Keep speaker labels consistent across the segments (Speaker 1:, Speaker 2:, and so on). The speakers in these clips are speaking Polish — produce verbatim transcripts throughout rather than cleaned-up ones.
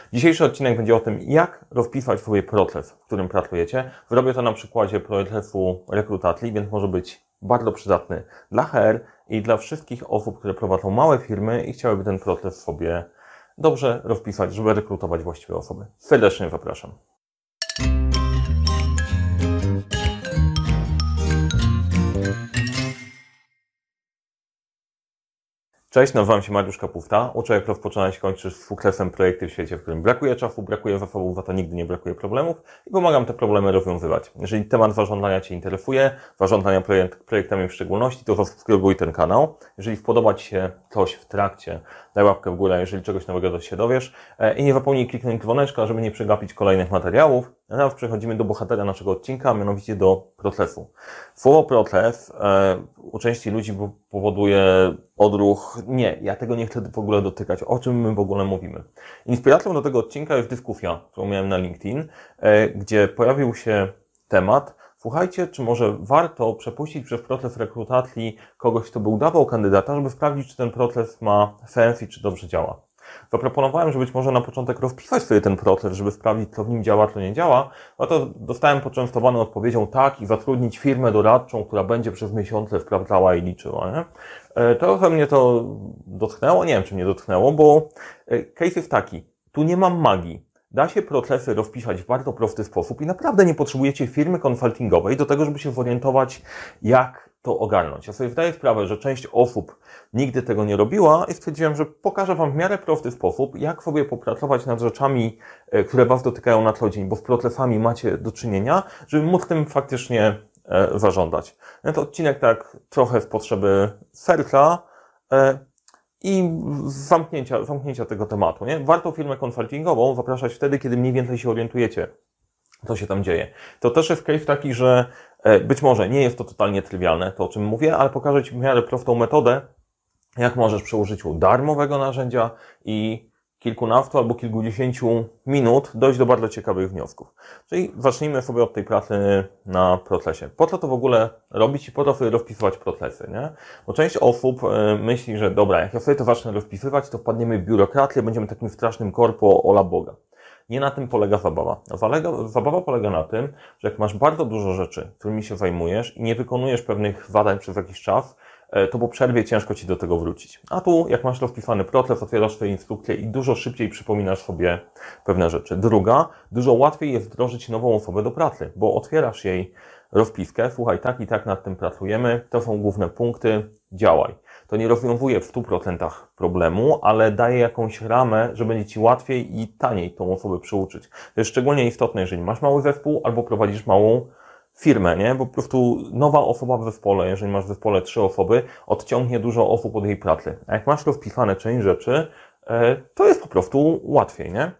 Speaker 1: Dzisiejszy odcinek będzie o tym, jak rozpisać sobie proces, w którym pracujecie. Zrobię to na przykładzie procesu Recruitly, więc może być bardzo przydatny dla H R i dla wszystkich osób, które prowadzą małe firmy i chciałyby ten proces sobie dobrze rozpisać, żeby rekrutować właściwe osoby. Serdecznie zapraszam. Cześć, nazywam się Mariusz Kapufta. Uczę, jak rozpoczynać i kończyć z sukcesem projekty w świecie, w którym brakuje czasu, brakuje zasobów, za to nigdy nie brakuje problemów i pomagam te problemy rozwiązywać. Jeżeli temat zarządzania Cię interesuje, zarządzania projekt, projektami w szczególności, to zasubskrybuj ten kanał. Jeżeli spodoba Ci się coś w trakcie, daj łapkę w górę, jeżeli czegoś nowego się dowiesz i nie zapomnij kliknąć dzwoneczka, żeby nie przegapić kolejnych materiałów. A teraz przechodzimy do bohatera naszego odcinka, a mianowicie do procesu. Słowo proces e, u części ludzi powoduje odruch, nie, ja tego nie chcę w ogóle dotykać, o czym my w ogóle mówimy. Inspiracją do tego odcinka jest dyskusja, którą miałem na LinkedIn, e, gdzie pojawił się temat, słuchajcie, czy może warto przepuścić przez proces Recruitly kogoś, kto by udawał kandydata, żeby sprawdzić, czy ten proces ma sens i czy dobrze działa. Zaproponowałem, że być może na początek rozpisać sobie ten proces, żeby sprawdzić, co w nim działa, co nie działa, no to dostałem poczęstowany odpowiedzią tak i zatrudnić firmę doradczą, która będzie przez miesiące sprawdzała i liczyła. Nie? Trochę mnie to dotknęło, nie wiem, czy mnie dotknęło, bo case jest taki, tu nie mam magii. Da się procesy rozpisać w bardzo prosty sposób i naprawdę nie potrzebujecie firmy konsultingowej do tego, żeby się zorientować, jak to ogarnąć. Ja sobie zdaję sprawę, że część osób nigdy tego nie robiła i stwierdziłem, że pokażę Wam w miarę prosty sposób, jak sobie popracować nad rzeczami, które Was dotykają na co dzień, bo z procesami macie do czynienia, żeby móc tym faktycznie zarządzać. No to odcinek tak trochę z potrzeby serca i zamknięcia, zamknięcia tego tematu. Nie? Warto firmę konsultingową zapraszać wtedy, kiedy mniej więcej się orientujecie, co się tam dzieje. To też jest case taki, że być może nie jest to totalnie trywialne, to o czym mówię, ale pokażę Ci w miarę prostą metodę, jak możesz przy użyciu darmowego narzędzia i kilkunastu albo kilkudziesięciu minut dojść do bardzo ciekawych wniosków. Czyli zacznijmy sobie od tej pracy na procesie. Po co to w ogóle robić i po to sobie rozpisywać procesy, nie? Bo część osób myśli, że dobra, jak ja sobie to zacznę rozpisywać, to wpadniemy w biurokrację, będziemy takim strasznym korpo ola Boga. Nie na tym polega zabawa. Zabawa polega na tym, że jak masz bardzo dużo rzeczy, którymi się zajmujesz i nie wykonujesz pewnych zadań przez jakiś czas, to po przerwie ciężko Ci do tego wrócić. A tu, jak masz rozpisany proces, otwierasz swoje instrukcje i dużo szybciej przypominasz sobie pewne rzeczy. Druga, dużo łatwiej jest wdrożyć nową osobę do pracy, bo otwierasz jej rozpiskę, słuchaj, tak i tak nad tym pracujemy, to są główne punkty, działaj. To nie rozwiązuje w stu procentach problemu, ale daje jakąś ramę, że będzie Ci łatwiej i taniej tą osobę przyuczyć. To jest szczególnie istotne, jeżeli masz mały zespół albo prowadzisz małą firmę, nie? Bo po prostu nowa osoba w zespole, jeżeli masz w zespole trzy osoby, odciągnie dużo osób od jej pracy. A jak masz rozpisane część rzeczy, to jest po prostu łatwiej, nie?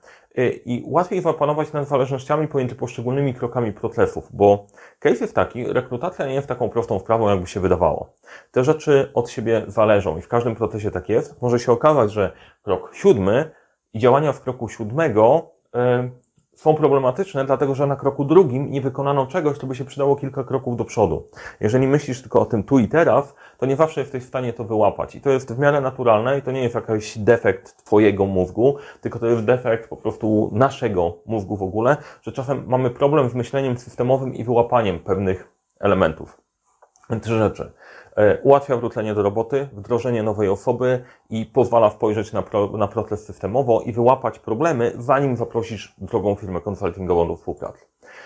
Speaker 1: I łatwiej zapanować nad zależnościami pomiędzy poszczególnymi krokami procesów, bo case jest taki, rekrutacja nie jest taką prostą sprawą, jakby się wydawało. Te rzeczy od siebie zależą i w każdym procesie tak jest. Może się okazać, że krok siódmy i działania w kroku siódmego yy, są problematyczne, dlatego że na kroku drugim nie wykonano czegoś, co by się przydało kilka kroków do przodu. Jeżeli myślisz tylko o tym tu i teraz, to nie zawsze jesteś w stanie to wyłapać. I to jest w miarę naturalne i to nie jest jakiś defekt Twojego mózgu, tylko to jest defekt po prostu naszego mózgu w ogóle, że czasem mamy problem z myśleniem systemowym i wyłapaniem pewnych elementów. Trzy rzeczy. Ułatwia wrócenie do roboty, wdrożenie nowej osoby i pozwala spojrzeć na, pro, na proces systemowo i wyłapać problemy, zanim zaprosisz drugą firmę konsultingową do współpracy.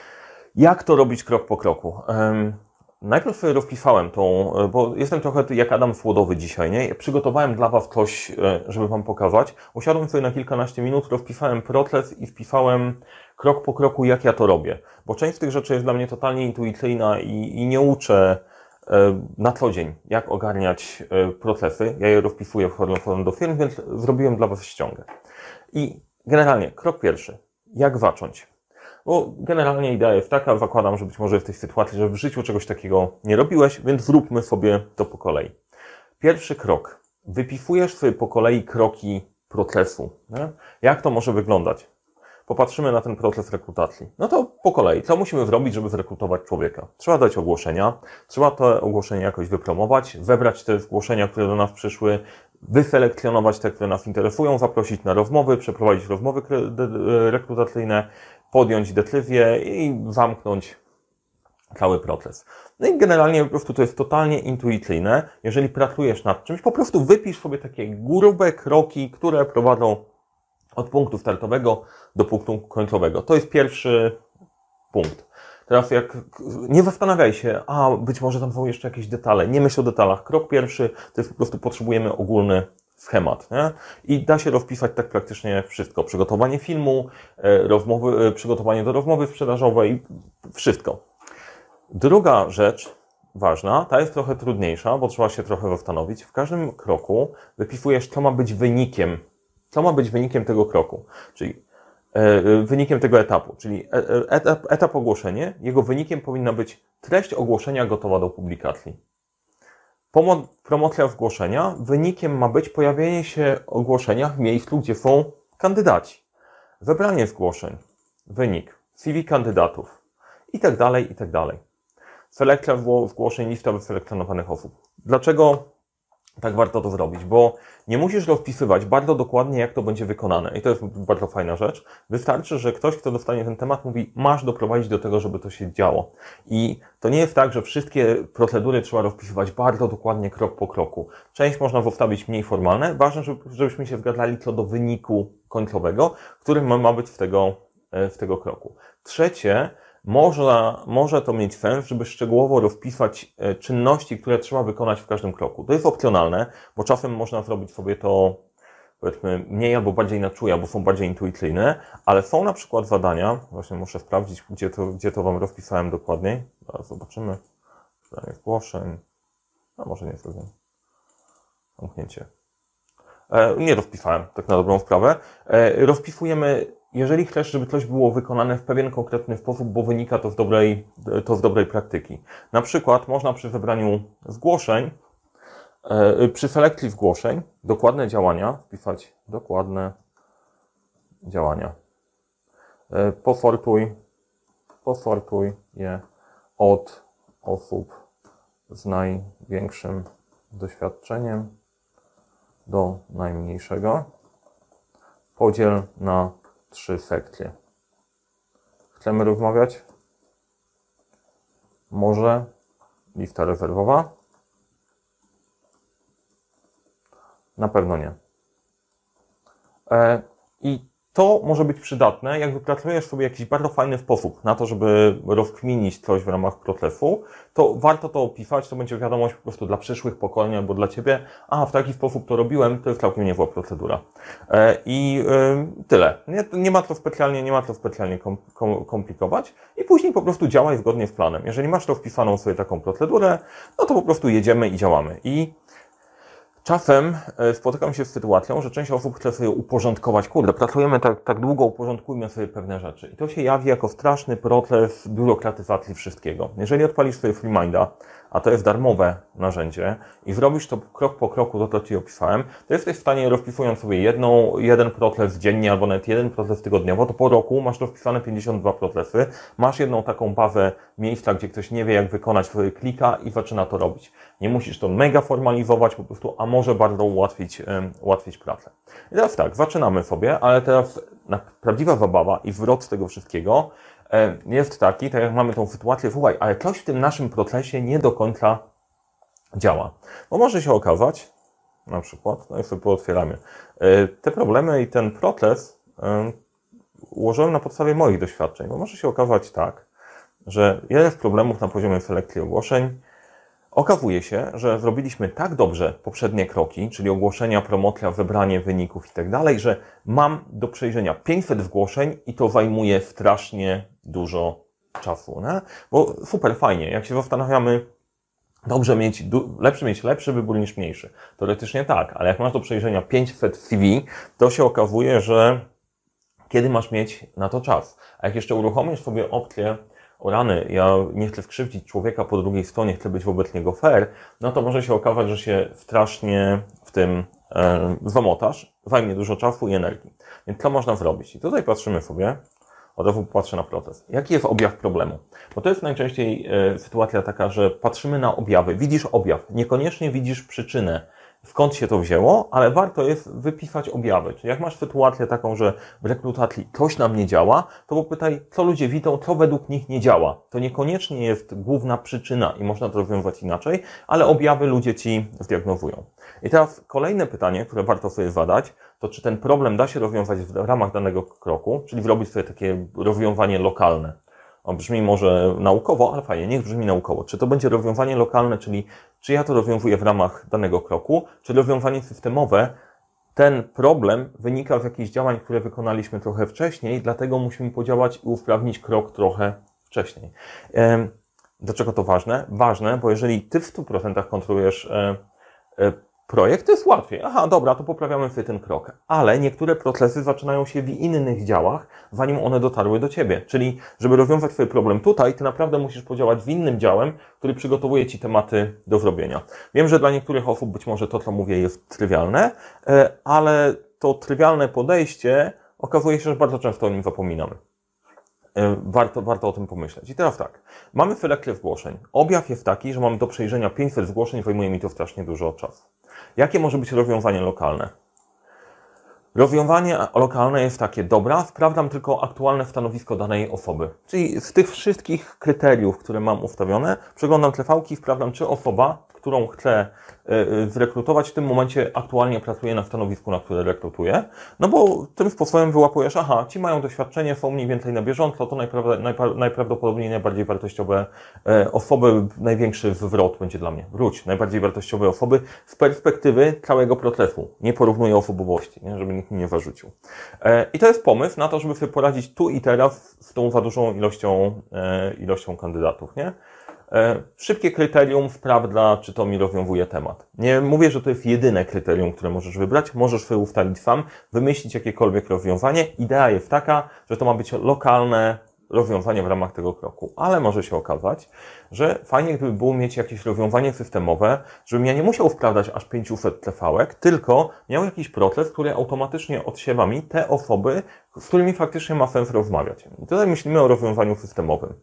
Speaker 1: Jak to robić krok po kroku? Um, najpierw sobie rozpisałem tą, bo jestem trochę jak Adam Słodowy dzisiaj, nie? Przygotowałem dla Was coś, żeby Wam pokazać. Usiadłem sobie na kilkanaście minut, rozpisałem proces i wpisałem krok po kroku, jak ja to robię. Bo część z tych rzeczy jest dla mnie totalnie intuicyjna i, i nie uczę na co dzień, jak ogarniać procesy. Ja je rozpisuję wchodząc do firm, więc zrobiłem dla Was ściągę. I generalnie, krok pierwszy. Jak zacząć? Bo generalnie idea jest taka, zakładam, że być może jesteś w sytuacji, że w życiu czegoś takiego nie robiłeś, więc zróbmy sobie to po kolei. Pierwszy krok. Wypisujesz sobie po kolei kroki procesu. Nie? Jak to może wyglądać? Popatrzymy na ten proces rekrutacji. No to po kolei. Co musimy zrobić, żeby zrekrutować człowieka? Trzeba dać ogłoszenia, trzeba te ogłoszenia jakoś wypromować, webrać te zgłoszenia, które do nas przyszły, wyselekcjonować te, które nas interesują, zaprosić na rozmowy, przeprowadzić rozmowy rekrutacyjne, podjąć decyzję i zamknąć cały proces. No i generalnie po prostu to jest totalnie intuicyjne. Jeżeli pracujesz nad czymś, po prostu wypisz sobie takie grube kroki, które prowadzą od punktu startowego do punktu końcowego. To jest pierwszy punkt. Teraz jak nie zastanawiaj się, a być może tam są jeszcze jakieś detale, nie myśl o detalach. Krok pierwszy to jest po prostu potrzebujemy ogólny schemat, nie? I da się rozpisać tak praktycznie wszystko. Przygotowanie filmu, rozmowy, przygotowanie do rozmowy sprzedażowej, wszystko. Druga rzecz ważna, ta jest trochę trudniejsza, bo trzeba się trochę zastanowić. W każdym kroku wypisujesz, co ma być wynikiem, co ma być wynikiem tego kroku, czyli e, wynikiem tego etapu, czyli etap, etap ogłoszenie, jego wynikiem powinna być treść ogłoszenia gotowa do publikacji. Pomo- promocja zgłoszenia, wynikiem ma być pojawienie się ogłoszenia w miejscu, gdzie są kandydaci. Wybranie zgłoszeń, wynik, C V kandydatów i tak dalej, i tak dalej. Selekcja zgłoszeń, lista wyselekcjonowanych osób. Dlaczego tak warto to zrobić? Bo nie musisz rozpisywać bardzo dokładnie, jak to będzie wykonane. I to jest bardzo fajna rzecz. Wystarczy, że ktoś, kto dostanie ten temat, mówi, masz doprowadzić do tego, żeby to się działo. I to nie jest tak, że wszystkie procedury trzeba rozpisywać bardzo dokładnie, krok po kroku. Część można zostawić mniej formalne. Ważne, żebyśmy się zgadzali co do wyniku końcowego, który ma być w tego, w tego kroku. Trzecie, Można, może to mieć sens, żeby szczegółowo rozpisać czynności, które trzeba wykonać w każdym kroku. To jest opcjonalne, bo czasem można zrobić sobie to, powiedzmy, mniej albo bardziej na czuja, bo są bardziej intuicyjne, ale są na przykład zadania, właśnie muszę sprawdzić, gdzie to, gdzie to Wam rozpisałem dokładniej. Zaraz zobaczymy. Zadanie zgłoszeń. A może nie zrobię. Zamknięcie. E, nie rozpisałem, tak na dobrą sprawę. E, rozpisujemy, jeżeli chcesz, żeby coś było wykonane w pewien konkretny sposób, bo wynika to z dobrej, to z dobrej praktyki. Na przykład można przy wybraniu zgłoszeń, e, przy selekcji zgłoszeń, dokładne działania, wpisać dokładne działania. E, posortuj, posortuj je od osób z największym doświadczeniem do najmniejszego. Podziel na trzy sekcje. Chcemy rozmawiać? Może lista rezerwowa? Na pewno nie. E, I to może być przydatne, jak wypracujesz sobie jakiś bardzo fajny sposób na to, żeby rozkminić coś w ramach procesu, to warto to opisać, to będzie wiadomość po prostu dla przyszłych pokoleń albo dla Ciebie, a w taki sposób to robiłem, to jest całkiem niezła procedura. E, I y, tyle. Nie, nie ma to specjalnie, nie ma to specjalnie kom, kom, komplikować i później po prostu działaj zgodnie z planem. Jeżeli masz rozpisaną sobie taką procedurę, no to po prostu jedziemy i działamy. I czasem spotykam się z sytuacją, że część osób chce sobie uporządkować. Kurde, pracujemy tak, tak długo, uporządkujmy sobie pewne rzeczy. I to się jawi jako straszny proces biurokratyzacji wszystkiego. Jeżeli odpalisz sobie FreeMinda, a to jest darmowe narzędzie, i zrobisz to krok po kroku, to co Ci opisałem, to jesteś w stanie, rozpisując sobie jedną, jeden proces dziennie, albo nawet jeden proces tygodniowo, to po roku masz rozpisane pięćdziesiąt dwa procesy, masz jedną taką bazę miejsca, gdzie ktoś nie wie, jak wykonać, klika i zaczyna to robić. Nie musisz to mega formalizować, po prostu, a może bardzo ułatwić, um, ułatwić pracę. I teraz tak, zaczynamy sobie, ale teraz na, prawdziwa zabawa i zwrot z tego wszystkiego e, jest taki, tak jak mamy tą sytuację, słuchaj, ale coś w tym naszym procesie nie do końca działa. Bo może się okazać, na przykład, no i sobie pootwieramy, e, te problemy i ten proces e, ułożyłem na podstawie moich doświadczeń, bo może się okazać tak, że jeden z problemów na poziomie selekcji ogłoszeń okazuje się, że zrobiliśmy tak dobrze poprzednie kroki, czyli ogłoszenia, promocja, wybranie wyników i tak dalej, że mam do przejrzenia pięćset zgłoszeń i to zajmuje strasznie dużo czasu, nie? Bo super fajnie, jak się zastanawiamy, dobrze mieć, lepszy mieć lepszy wybór niż mniejszy. Teoretycznie tak, ale jak masz do przejrzenia pięćset C V, to się okazuje, że kiedy masz mieć na to czas? A jak jeszcze uruchomisz sobie opcję, o rany, ja nie chcę skrzywdzić człowieka po drugiej stronie, chcę być wobec niego fair, no to może się okazać, że się strasznie w tym e, zamotasz, zajmie dużo czasu i energii. Więc co można zrobić? I tutaj patrzymy sobie, od razu patrzę na proces. Jaki jest objaw problemu? Bo to jest najczęściej e, sytuacja taka, że patrzymy na objawy. Widzisz objaw, niekoniecznie widzisz przyczynę skąd się to wzięło, ale warto jest wypisać objawy. Czyli jak masz sytuację taką, że w rekrutacji coś nam nie działa, to popytaj, co ludzie widzą, co według nich nie działa. To niekoniecznie jest główna przyczyna i można to rozwiązać inaczej, ale objawy ludzie Ci zdiagnowują. I teraz kolejne pytanie, które warto sobie zadać, to czy ten problem da się rozwiązać w ramach danego kroku, czyli zrobić sobie takie rozwiązanie lokalne. On brzmi może naukowo, ale fajnie, niech brzmi naukowo. Czy to będzie rozwiązanie lokalne, czyli czy ja to rozwiązuję w ramach danego kroku, czy rozwiązanie systemowe, ten problem wynika z jakichś działań, które wykonaliśmy trochę wcześniej, dlatego musimy podziałać i usprawnić krok trochę wcześniej. Dlaczego to ważne? Ważne, bo jeżeli Ty w stu procentach kontrolujesz projekt, to jest łatwiej. Aha, dobra, to poprawiamy sobie ten krok. Ale niektóre procesy zaczynają się w innych działach, zanim one dotarły do Ciebie. Czyli, żeby rozwiązać Twój problem tutaj, Ty naprawdę musisz podziałać w innym działem, który przygotowuje Ci tematy do zrobienia. Wiem, że dla niektórych osób być może to, co mówię, jest trywialne, ale to trywialne podejście okazuje się, że bardzo często o nim zapominamy. Warto, warto o tym pomyśleć. I teraz tak, mamy selekcję zgłoszeń. Objaw jest taki, że mam do przejrzenia pięćset zgłoszeń, zajmuje mi to strasznie dużo czasu. Jakie może być rozwiązanie lokalne? Rozwiązanie lokalne jest takie, dobra, sprawdzam tylko aktualne stanowisko danej osoby. Czyli z tych wszystkich kryteriów, które mam ustawione, przeglądam te fałki, sprawdzam, czy osoba, którą chcę zrekrutować, w tym momencie aktualnie pracuje na stanowisku, na które rekrutuję. No bo tym sposobem wyłapujesz, aha, ci mają doświadczenie, są mniej więcej na bieżąco, to najprawd najpra najprawdopodobniej najbardziej wartościowe osoby, największy zwrot będzie dla mnie. Wróć, najbardziej wartościowe osoby z perspektywy całego procesu. Nie porównuję osobowości, nie? Żeby nikt mi nie zarzucił. I to jest pomysł na to, żeby sobie poradzić tu i teraz z tą za dużą ilością, ilością kandydatów, nie? Szybkie kryterium sprawdza, czy to mi rozwiązuje temat. Nie mówię, że to jest jedyne kryterium, które możesz wybrać. Możesz sobie ustalić sam, wymyślić jakiekolwiek rozwiązanie. Idea jest taka, że to ma być lokalne rozwiązanie w ramach tego kroku. Ale może się okazać, że fajnie gdyby było mieć jakieś rozwiązanie systemowe, żebym ja nie musiał sprawdzać aż pięciuset T V-ek, tylko miał jakiś proces, który automatycznie odsiewa mi te osoby, z którymi faktycznie ma sens rozmawiać. I tutaj myślimy o rozwiązaniu systemowym.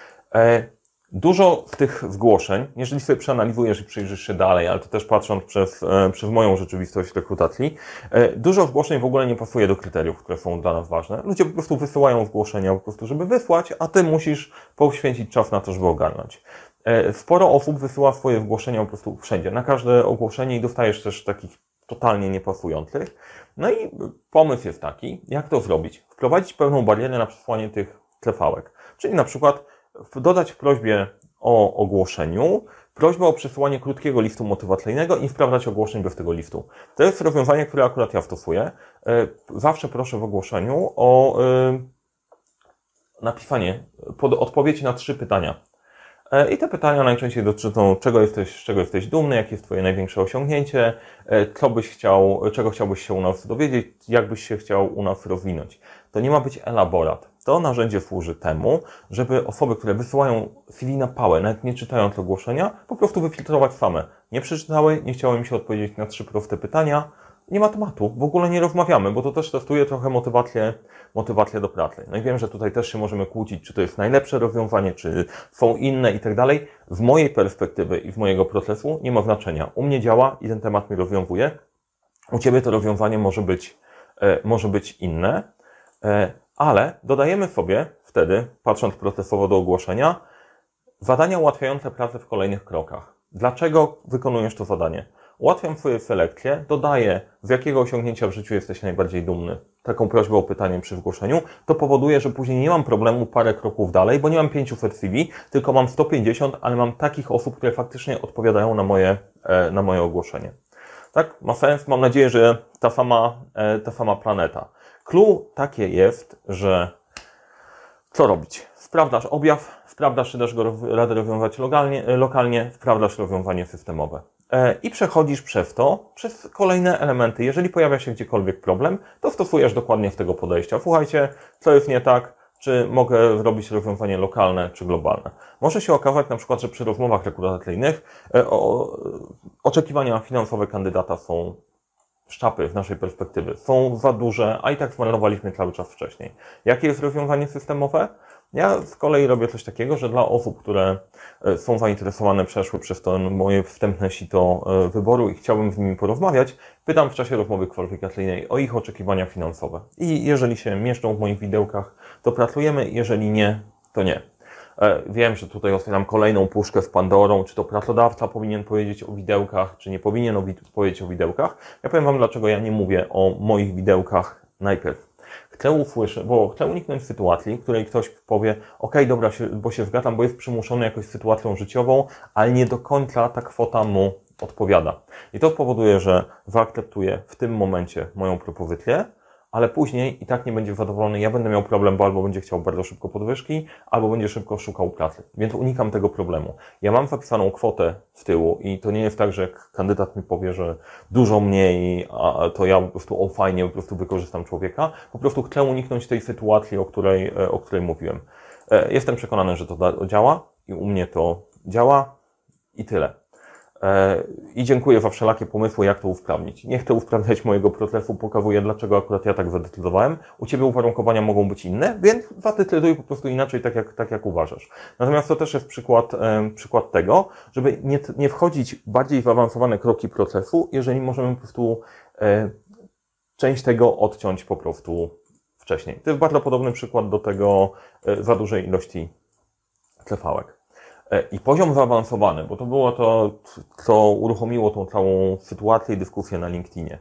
Speaker 1: Dużo z tych zgłoszeń, jeżeli sobie przeanalizujesz i przyjrzysz się dalej, ale to też patrząc przez, przez moją rzeczywistość rekrutacji, dużo zgłoszeń w ogóle nie pasuje do kryteriów, które są dla nas ważne. Ludzie po prostu wysyłają zgłoszenia po prostu, żeby wysłać, a Ty musisz poświęcić czas na to, żeby ogarnąć. Sporo osób wysyła swoje zgłoszenia po prostu wszędzie, na każde ogłoszenie i dostajesz też takich totalnie niepasujących. No i pomysł jest taki, jak to zrobić? Wprowadzić pewną barierę na przesłanie tych T V-ek, czyli na przykład dodać w prośbie o ogłoszeniu prośbę o przesyłanie krótkiego listu motywacyjnego i sprawdzać ogłoszeń bez tego listu. To jest rozwiązanie, które akurat ja stosuję. Zawsze proszę w ogłoszeniu o napisanie, odpowiedź na trzy pytania. I te pytania najczęściej dotyczą, czego jesteś, z czego jesteś dumny, jakie jest Twoje największe osiągnięcie, co byś chciał, czego chciałbyś się u nas dowiedzieć, jak byś się chciał u nas rozwinąć. To nie ma być elaborat. To narzędzie służy temu, żeby osoby, które wysyłają C V na pałę, nawet nie czytając ogłoszenia, po prostu wyfiltrować same. Nie przeczytały, nie chciały mi się odpowiedzieć na trzy proste pytania, nie ma tematu, w ogóle nie rozmawiamy, bo to też testuje trochę motywację, motywację do pracy. No i wiem, że tutaj też się możemy kłócić, czy to jest najlepsze rozwiązanie, czy są inne i tak dalej. Z mojej perspektywy i z mojego procesu nie ma znaczenia. U mnie działa i ten temat mi rozwiązuje. U Ciebie to rozwiązanie może być, e, może być inne, e, ale dodajemy sobie wtedy, patrząc procesowo do ogłoszenia, zadania ułatwiające pracę w kolejnych krokach. Dlaczego wykonujesz to zadanie? Ułatwiam Twoje selekcje, dodaję, z jakiego osiągnięcia w życiu jesteś najbardziej dumny. Taką prośbę o pytanie przy zgłoszeniu. To powoduje, że później nie mam problemu parę kroków dalej, bo nie mam pięćset C V, tylko mam sto pięćdziesiąt, ale mam takich osób, które faktycznie odpowiadają na moje, na moje ogłoszenie. Tak? Ma sens? Mam nadzieję, że ta sama, ta sama planeta. Clue takie jest, że co robić? Sprawdzasz objaw, sprawdzasz, czy dasz go radę rozwiązać lokalnie, lokalnie, sprawdzasz rozwiązanie systemowe. I przechodzisz przez to, przez kolejne elementy. Jeżeli pojawia się gdziekolwiek problem, to stosujesz dokładnie w tego podejścia. Słuchajcie, co jest nie tak, czy mogę zrobić rozwiązanie lokalne, czy globalne. Może się okazać na przykład, że przy rozmowach rekrutacyjnych oczekiwania finansowe kandydata są szczapy z naszej perspektywy są za duże, a i tak zmarnowaliśmy cały czas wcześniej. Jakie jest rozwiązanie systemowe? Ja z kolei robię coś takiego, że dla osób, które są zainteresowane, przeszły przez to moje wstępne sito wyboru i chciałbym z nimi porozmawiać, pytam w czasie rozmowy kwalifikacyjnej o ich oczekiwania finansowe. I jeżeli się mieszczą w moich widełkach, to pracujemy, jeżeli nie, to nie. Wiem, że tutaj otwieram kolejną puszkę z Pandorą, czy to pracodawca powinien powiedzieć o widełkach, czy nie powinien powiedzieć o widełkach. Ja powiem Wam, dlaczego ja nie mówię o moich widełkach najpierw. Chcę usłyszeć, bo chcę uniknąć sytuacji, w której ktoś powie, ok, dobra, się, bo się zgadzam, bo jest przymuszony jakąś sytuacją życiową, ale nie do końca ta kwota mu odpowiada. I to spowoduje, że zaakceptuje w tym momencie moją propozycję, ale później i tak nie będzie zadowolony, ja będę miał problem, bo albo będzie chciał bardzo szybko podwyżki, albo będzie szybko szukał pracy. Więc unikam tego problemu. Ja mam zapisaną kwotę z tyłu i to nie jest tak, że jak kandydat mi powie, że dużo mniej, a to ja po prostu o fajnie, po prostu wykorzystam człowieka. Po prostu chcę uniknąć tej sytuacji, o której, o której mówiłem. Jestem przekonany, że to działa i u mnie to działa i tyle. I dziękuję za wszelakie pomysły, jak to usprawnić. Nie chcę usprawniać mojego procesu, pokazuję, dlaczego akurat ja tak zadecydowałem. U Ciebie uwarunkowania mogą być inne, więc zadecyduj po prostu inaczej, tak jak, tak jak uważasz. Natomiast to też jest przykład, e, przykład tego, żeby nie, nie wchodzić w bardziej zaawansowane kroki procesu, jeżeli możemy po prostu e, część tego odciąć po prostu wcześniej. To jest bardzo podobny przykład do tego e, za dużej ilości cefałek. I poziom zaawansowany, bo to było to, co uruchomiło tą całą sytuację i dyskusję na LinkedInie.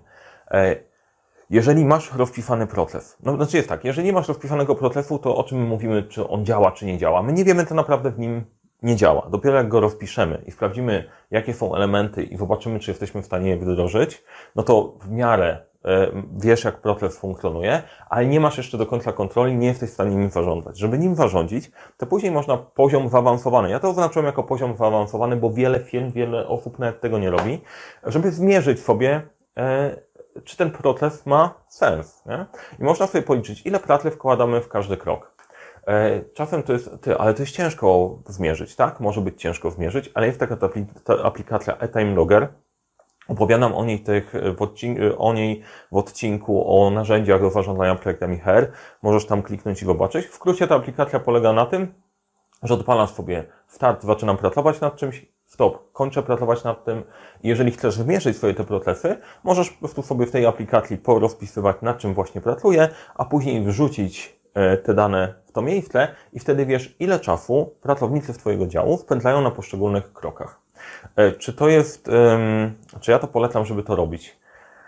Speaker 1: Jeżeli masz rozpisany proces, no znaczy jest tak, jeżeli nie masz rozpisanego procesu, to o czym mówimy, czy on działa, czy nie działa? My nie wiemy, co naprawdę w nim nie działa. Dopiero jak go rozpiszemy i sprawdzimy, jakie są elementy i zobaczymy, czy jesteśmy w stanie je wdrożyć, no to w miarę wiesz, jak proces funkcjonuje, ale nie masz jeszcze do końca kontroli, nie jesteś w stanie nim zarządzać. Żeby nim zarządzić, to później można poziom zaawansowany. Ja to oznaczyłem jako poziom zaawansowany, bo wiele firm, wiele osób nawet tego nie robi, żeby zmierzyć sobie, czy ten proces ma sens. Nie? I można sobie policzyć, ile pracy wkładamy w każdy krok. Czasem to jest, ty, ale to jest ciężko zmierzyć, tak? Może być ciężko zmierzyć, ale jest taka ta aplikacja eTime Logger. Opowiadam o niej, tych, w odcinku, o niej w odcinku o narzędziach do zarządzania projektami H R. Możesz tam kliknąć i zobaczyć. W skrócie ta aplikacja polega na tym, że odpalasz sobie start, zaczynam pracować nad czymś, stop, kończę pracować nad tym. I jeżeli chcesz zmierzyć swoje te procesy, możesz po prostu sobie w tej aplikacji porozpisywać, nad czym właśnie pracuję, a później wrzucić te dane w to miejsce i wtedy wiesz, ile czasu pracownicy z Twojego działu spędzają na poszczególnych krokach. Czy to jest, czy ja to polecam, żeby to robić?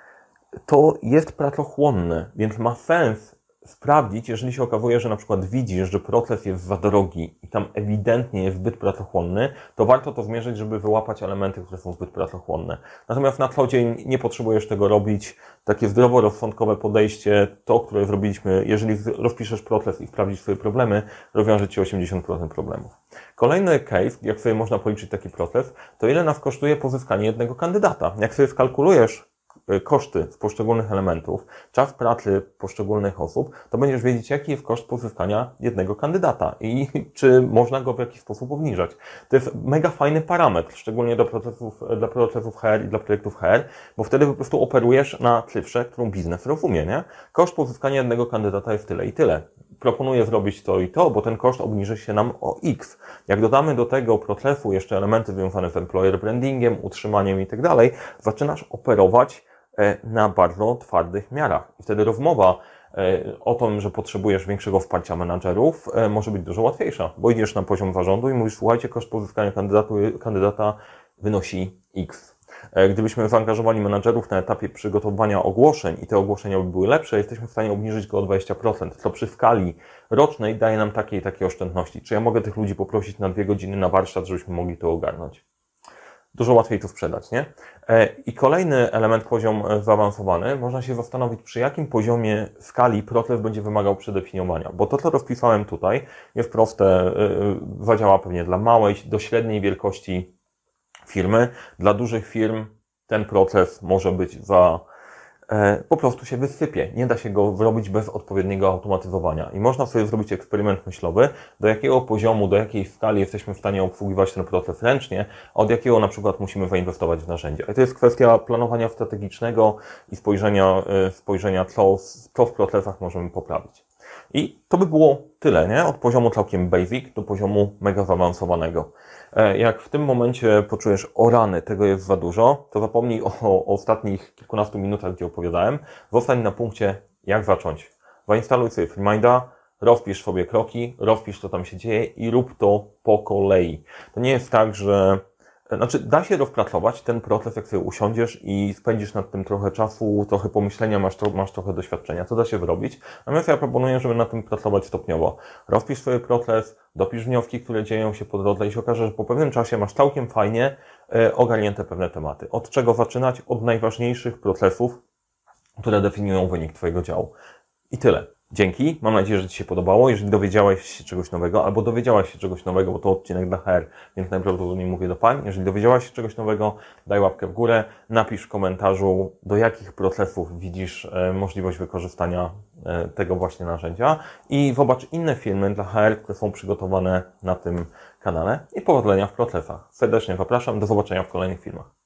Speaker 1: To jest pracochłonne, więc ma sens sprawdzić, jeżeli się okazuje, że na przykład widzisz, że proces jest za drogi i tam ewidentnie jest zbyt pracochłonny, to warto to zmierzyć, żeby wyłapać elementy, które są zbyt pracochłonne. Natomiast na co dzień nie potrzebujesz tego robić. Takie zdroworozsądkowe podejście, to, które zrobiliśmy, jeżeli rozpiszesz proces i sprawdzisz swoje problemy, rozwiąże Ci osiemdziesiąt procent problemów. Kolejny case, jak sobie można policzyć taki proces, to ile nas kosztuje pozyskanie jednego kandydata. Jak sobie skalkulujesz koszty z poszczególnych elementów, czas pracy poszczególnych osób, to będziesz wiedzieć, jaki jest koszt pozyskania jednego kandydata i czy można go w jakiś sposób obniżać. To jest mega fajny parametr, szczególnie do procesów, dla procesów H R i dla projektów H R, bo wtedy po prostu operujesz na cyfrze, którą biznes rozumie, nie? Koszt pozyskania jednego kandydata jest tyle i tyle. Proponuję zrobić to i to, bo ten koszt obniży się nam o X. Jak dodamy do tego procesu jeszcze elementy związane z employer brandingiem, utrzymaniem i tak dalej, zaczynasz operować na bardzo twardych miarach. I wtedy rozmowa o tym, że potrzebujesz większego wsparcia menadżerów, może być dużo łatwiejsza, bo idziesz na poziom zarządu i mówisz, słuchajcie, koszt pozyskania kandydatu, kandydata wynosi X. Gdybyśmy zaangażowali menadżerów na etapie przygotowania ogłoszeń i te ogłoszenia by były lepsze, jesteśmy w stanie obniżyć go o dwadzieścia procent, co przy skali rocznej daje nam takie i takie oszczędności. Czy ja mogę tych ludzi poprosić na dwie godziny na warsztat, żebyśmy mogli to ogarnąć? Dużo łatwiej to sprzedać, nie? I kolejny element, poziom zaawansowany, można się zastanowić, przy jakim poziomie skali proces będzie wymagał przedefiniowania, bo to, co rozpisałem tutaj, jest proste, zadziała pewnie dla małej do średniej wielkości firmy. Dla dużych firm ten proces może być za po prostu się wysypie. Nie da się go zrobić bez odpowiedniego automatyzowania. I można sobie zrobić eksperyment myślowy, do jakiego poziomu, do jakiej skali jesteśmy w stanie obsługiwać ten proces ręcznie, a od jakiego na przykład musimy zainwestować w narzędzia. I to jest kwestia planowania strategicznego i spojrzenia, spojrzenia co, co w procesach możemy poprawić. I to by było tyle, nie? Od poziomu całkiem basic do poziomu mega zaawansowanego. Jak w tym momencie poczujesz, o rany, tego jest za dużo, to zapomnij o, o ostatnich kilkunastu minutach, gdzie opowiadałem. Zostań na punkcie, jak zacząć. Zainstaluj sobie FreeMinda, rozpisz sobie kroki, rozpisz, co tam się dzieje i rób to po kolei. To nie jest tak, że Znaczy, da się rozpracować ten proces, jak sobie usiądziesz i spędzisz nad tym trochę czasu, trochę pomyślenia, masz, to, masz trochę doświadczenia. To da się zrobić. Natomiast ja proponuję, żeby nad tym pracować stopniowo. Rozpisz sobie proces, dopisz wnioski, które dzieją się po drodze i się okaże, że po pewnym czasie masz całkiem fajnie e, ogarnięte pewne tematy. Od czego zaczynać? Od najważniejszych procesów, które definiują wynik Twojego działu. I tyle. Dzięki. Mam nadzieję, że Ci się podobało. Jeżeli dowiedziałeś się czegoś nowego, albo dowiedziałaś się czegoś nowego, bo to odcinek dla H R, więc najprawdopodobniej mówię do pań. Jeżeli dowiedziałaś się czegoś nowego, daj łapkę w górę, napisz w komentarzu, do jakich procesów widzisz e, możliwość wykorzystania e, tego właśnie narzędzia i zobacz inne filmy dla H R, które są przygotowane na tym kanale i powodzenia w procesach. Serdecznie zapraszam. Do zobaczenia w kolejnych filmach.